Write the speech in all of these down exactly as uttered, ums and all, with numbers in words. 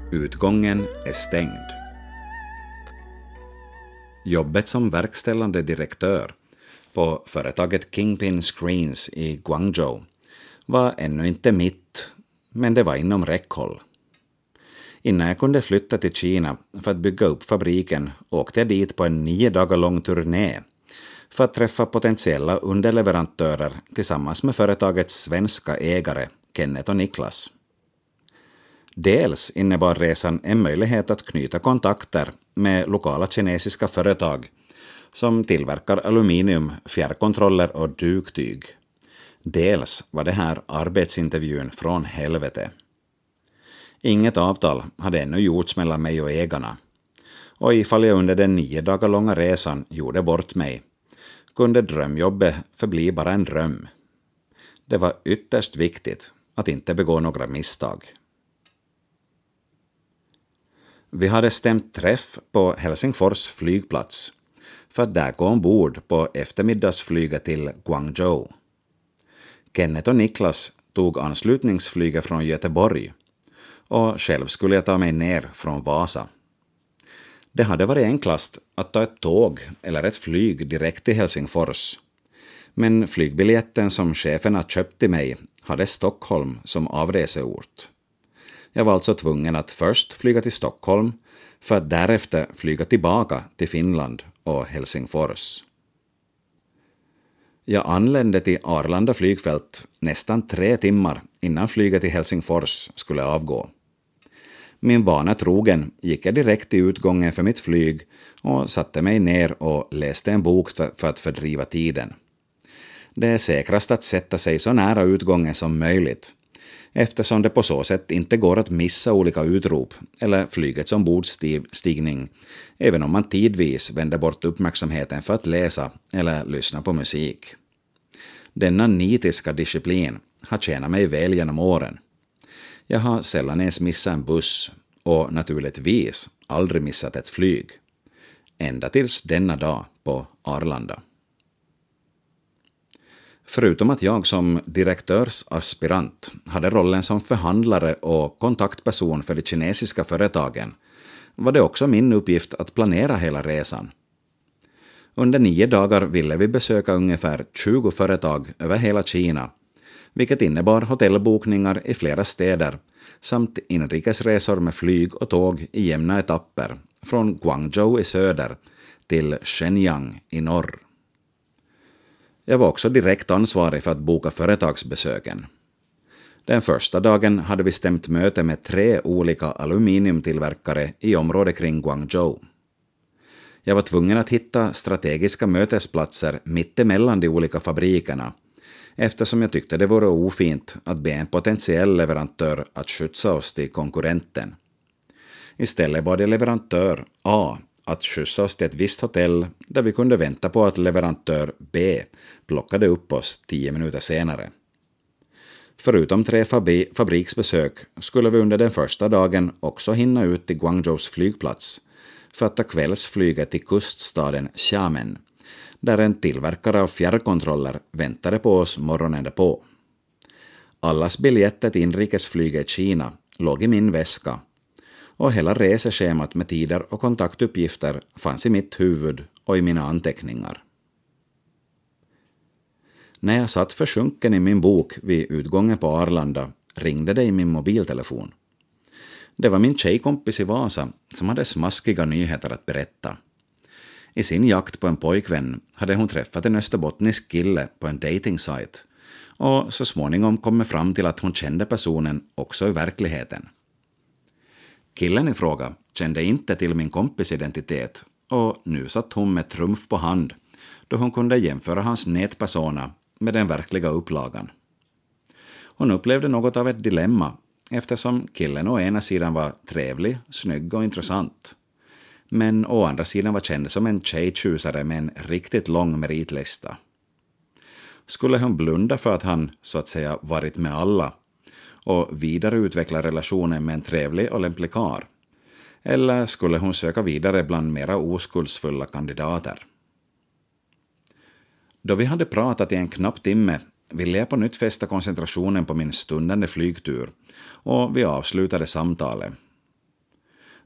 Utgången är stängd. Jobbet som verkställande direktör på företaget Kingpin Screens i Guangzhou var ännu inte mitt, men det var inom räckhåll. Innan jag kunde flytta till Kina för att bygga upp fabriken åkte jag dit på en nio dagar lång turné för att träffa potentiella underleverantörer tillsammans med företagets svenska ägare Kenneth och Niklas. Dels innebar resan en möjlighet att knyta kontakter med lokala kinesiska företag som tillverkar aluminium, fjärrkontroller och duktyg. Dels var det här arbetsintervjun från helvete. Inget avtal hade ännu gjorts mellan mig och ägarna. Och ifall jag under den nio dagar långa resan gjorde bort mig, kunde drömjobbet förbli bara en dröm. Det var ytterst viktigt att inte begå några misstag. Vi hade stämt träff på Helsingfors flygplats för att där gå ombord på eftermiddagsflyget till Guangzhou. Kenneth och Niklas tog anslutningsflyget från Göteborg och själv skulle jag ta mig ner från Vasa. Det hade varit enklast att ta ett tåg eller ett flyg direkt till Helsingfors. Men flygbiljetten som cheferna köpt till mig hade Stockholm som avreseort. Jag var alltså tvungen att först flyga till Stockholm för att därefter flyga tillbaka till Finland och Helsingfors. Jag anlände till Arlanda flygfält nästan tre timmar innan flyget till Helsingfors skulle avgå. Min vana trogen gick jag direkt till utgången för mitt flyg och satte mig ner och läste en bok för att fördriva tiden. Det är säkrast att sätta sig så nära utgången som möjligt, eftersom det på så sätt inte går att missa olika utrop eller flygets ombordstigning, även om man tidvis vänder bort uppmärksamheten för att läsa eller lyssna på musik. Denna nitiska disciplin har tjänat mig väl genom åren. Jag har sällan ens missat en buss och naturligtvis aldrig missat ett flyg. Ända tills denna dag på Arlanda. Förutom att jag som direktörsaspirant hade rollen som förhandlare och kontaktperson för de kinesiska företagen var det också min uppgift att planera hela resan. Under nio dagar ville vi besöka ungefär tjugo företag över hela Kina, vilket innebar hotellbokningar i flera städer samt inrikesresor med flyg och tåg i jämna etapper från Guangzhou i söder till Shenyang i norr. Jag var också direkt ansvarig för att boka företagsbesöken. Den första dagen hade vi stämt möte med tre olika aluminiumtillverkare i området kring Guangzhou. Jag var tvungen att hitta strategiska mötesplatser mitt emellan de olika fabrikerna, eftersom jag tyckte det vore ofint att be en potentiell leverantör att skjutsa oss till konkurrenten. Istället bad jag leverantör A att skjutsa oss till ett visst hotell där vi kunde vänta på att leverantör B plockade upp oss tio minuter senare. Förutom tre fabri- fabriksbesök skulle vi under den första dagen också hinna ut till Guangzhous flygplats för att ta kvällsflyget till kuststaden Xiamen, där en tillverkare av fjärrkontroller väntade på oss morgonen därpå. Allas biljetter till inrikesflyget i Kina låg i min väska, och hela reseschemat med tider och kontaktuppgifter fanns i mitt huvud och i mina anteckningar. När jag satt försjunken i min bok vid utgången på Arlanda ringde det i min mobiltelefon. Det var min tjejkompis i Vasa som hade smaskiga nyheter att berätta. I sin jakt på en pojkvän hade hon träffat en österbottnisk kille på en datingsajt och så småningom kommit fram till att hon kände personen också i verkligheten. Killen i fråga kände inte till min kompis identitet och nu satt hon med trumf på hand då hon kunde jämföra hans nätpersona med den verkliga upplagan. Hon upplevde något av ett dilemma eftersom killen å ena sidan var trevlig, snygg och intressant, men å andra sidan var känd som en tjejtjusare med en riktigt lång meritlista. Skulle hon blunda för att han, så att säga, varit med alla och vidareutveckla relationen med en trevlig och lämplig karl? Eller skulle hon söka vidare bland mera oskuldsfulla kandidater? Då vi hade pratat i en knapp timme ville jag på nytt fästa koncentrationen på min stundande flygtur och vi avslutade samtalet.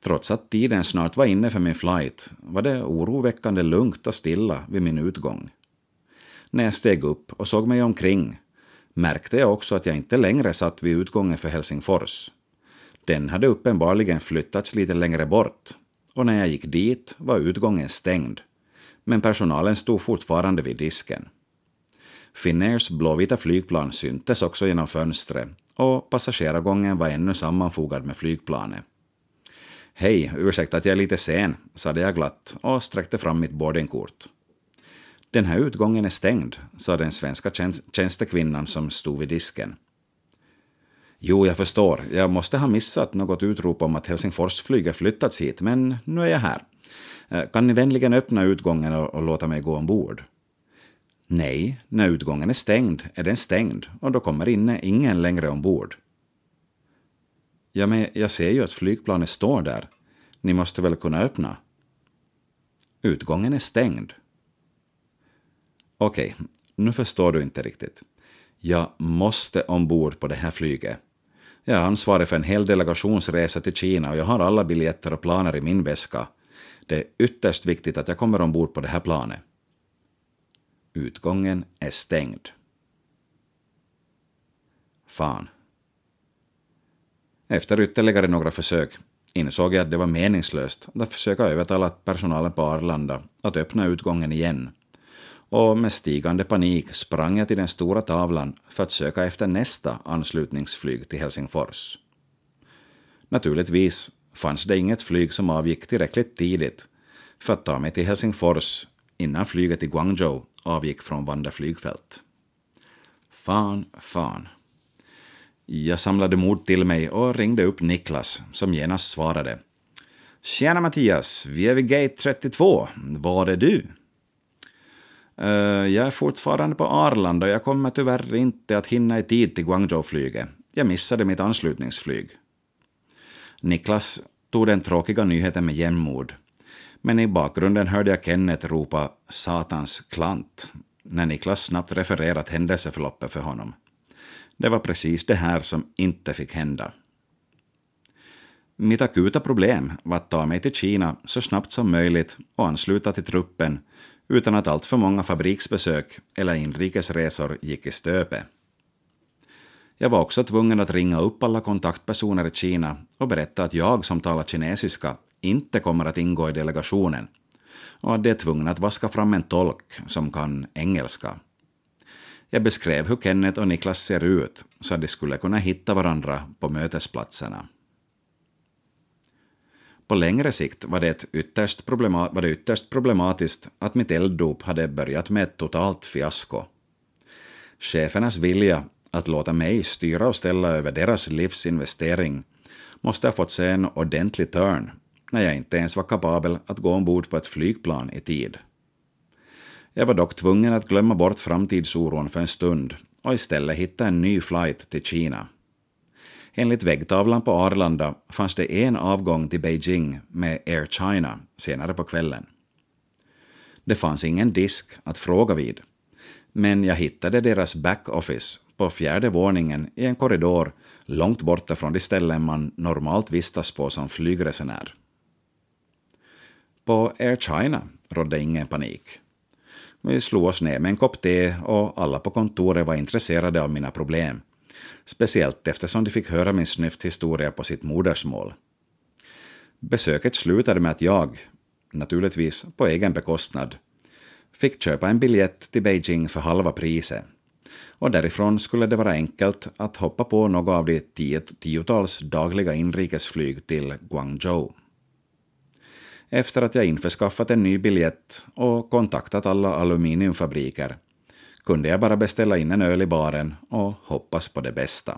Trots att tiden snart var inne för min flight var det oroväckande lugnt och stilla vid min utgång. När jag steg upp och såg mig omkring märkte jag också att jag inte längre satt vid utgången för Helsingfors. Den hade uppenbarligen flyttats lite längre bort, och när jag gick dit var utgången stängd, men personalen stod fortfarande vid disken. Finnairs blåvita flygplan syntes också genom fönstret, och passagerargången var ännu sammanfogad med flygplanet. Hej, ursäkta att jag är lite sen, sade jag glatt och sträckte fram mitt boardingkort. Den här utgången är stängd, sa den svenska tjänstekvinnan som stod vid disken. Jo, jag förstår. Jag måste ha missat något utrop om att Helsingforsflyget flyttats hit, men nu är jag här. Kan ni vänligen öppna utgången och, och låta mig gå ombord? Nej, när utgången är stängd är den stängd och då kommer inne ingen längre ombord. Ja, men jag ser ju att flygplanet står där. Ni måste väl kunna öppna? Utgången är stängd. Okej, nu förstår du inte riktigt. Jag måste ombord på det här flyget. Jag är ansvarig för en hel delegationsresa till Kina och jag har alla biljetter och planer i min väska. Det är ytterst viktigt att jag kommer ombord på det här planet. Utgången är stängd. Fan. Efter ytterligare några försök insåg jag att det var meningslöst att försöka övertala personalen på Arlanda att öppna utgången igen. Och med stigande panik sprang jag till den stora tavlan för att söka efter nästa anslutningsflyg till Helsingfors. Naturligtvis fanns det inget flyg som avgick tillräckligt tidigt för att ta mig till Helsingfors innan flyget till Guangzhou avgick från Vanda flygfält. Fan, fan. Jag samlade mod till mig och ringde upp Niklas som genast svarade. Tjena Mattias, vi är vid gate trettiotvå. Var är du? Uh, jag är fortfarande på Arlanda och jag kommer tyvärr inte att hinna i tid till Guangzhou-flyget. Jag missade mitt anslutningsflyg. Niklas tog den tråkiga nyheten med jämnmod. Men i bakgrunden hörde jag Kenneth ropa satans klant när Niklas snabbt refererat händelseförloppet för honom. Det var precis det här som inte fick hända. Mitt akuta problem var att ta mig till Kina så snabbt som möjligt och ansluta till truppen utan att allt för många fabriksbesök eller inrikesresor gick i stöpe. Jag var också tvungen att ringa upp alla kontaktpersoner i Kina och berätta att jag som talar kinesiska inte kommer att ingå i delegationen och att det är tvungen att vaska fram en tolk som kan engelska. Jag beskrev hur Kenneth och Niklas ser ut så att de skulle kunna hitta varandra på mötesplatserna. På längre sikt var det, ett ytterst problema- var det ytterst problematiskt att mitt elddop hade börjat med ett totalt fiasko. Chefernas vilja att låta mig styra och ställa över deras livsinvestering måste ha fått se en ordentlig törn när jag inte ens var kapabel att gå ombord på ett flygplan i tid. Jag var dock tvungen att glömma bort framtidsoron för en stund och istället hitta en ny flight till Kina. Enligt väggtavlan på Arlanda fanns det en avgång till Beijing med Air China senare på kvällen. Det fanns ingen disk att fråga vid, men jag hittade deras backoffice på fjärde våningen i en korridor långt borta från de ställen man normalt vistas på som flygresenär. På Air China rådde ingen panik. Vi slog oss ner med en kopp te och alla på kontoret var intresserade av mina problem. Speciellt eftersom de fick höra min snyfthistoria på sitt modersmål. Besöket slutade med att jag, naturligtvis på egen bekostnad, fick köpa en biljett till Beijing för halva priset. Och därifrån skulle det vara enkelt att hoppa på något av de tiot- tiotals dagliga inrikesflyg till Guangzhou. Efter att jag införskaffat en ny biljett och kontaktat alla aluminiumfabriker kunde jag bara beställa in en öl i baren och hoppas på det bästa.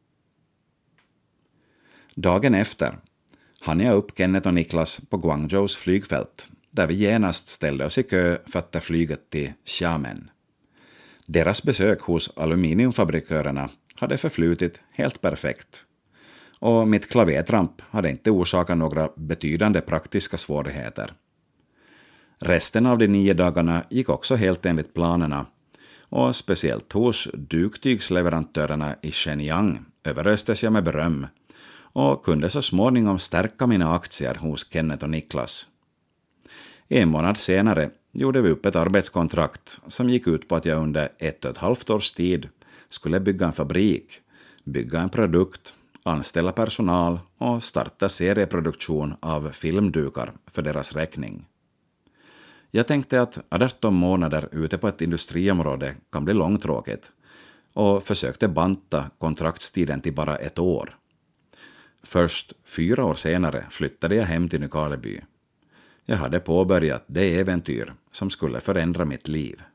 Dagen efter hann jag upp Kenneth och Niklas på Guangzhous flygfält där vi genast ställde oss i kö för att ta flyget till Xiamen. Deras besök hos aluminiumfabrikörerna hade förflutit helt perfekt. Och mitt klavertramp hade inte orsakat några betydande praktiska svårigheter. Resten av de nio dagarna gick också helt enligt planerna, och speciellt hos duktygsleverantörerna i Shenyang överöstes jag med beröm, och kunde så småningom stärka mina aktier hos Kenneth och Niklas. En månad senare gjorde vi upp ett arbetskontrakt som gick ut på att jag under ett och ett halvt års tid skulle bygga en fabrik, bygga en produkt, anställa personal och starta serieproduktion av filmdukar för deras räkning. Jag tänkte att arton månader ute på ett industriområde kan bli långtråkigt och försökte banta kontraktstiden till bara ett år. Först fyra år senare flyttade jag hem till Nykarleby. Jag hade påbörjat det äventyr som skulle förändra mitt liv.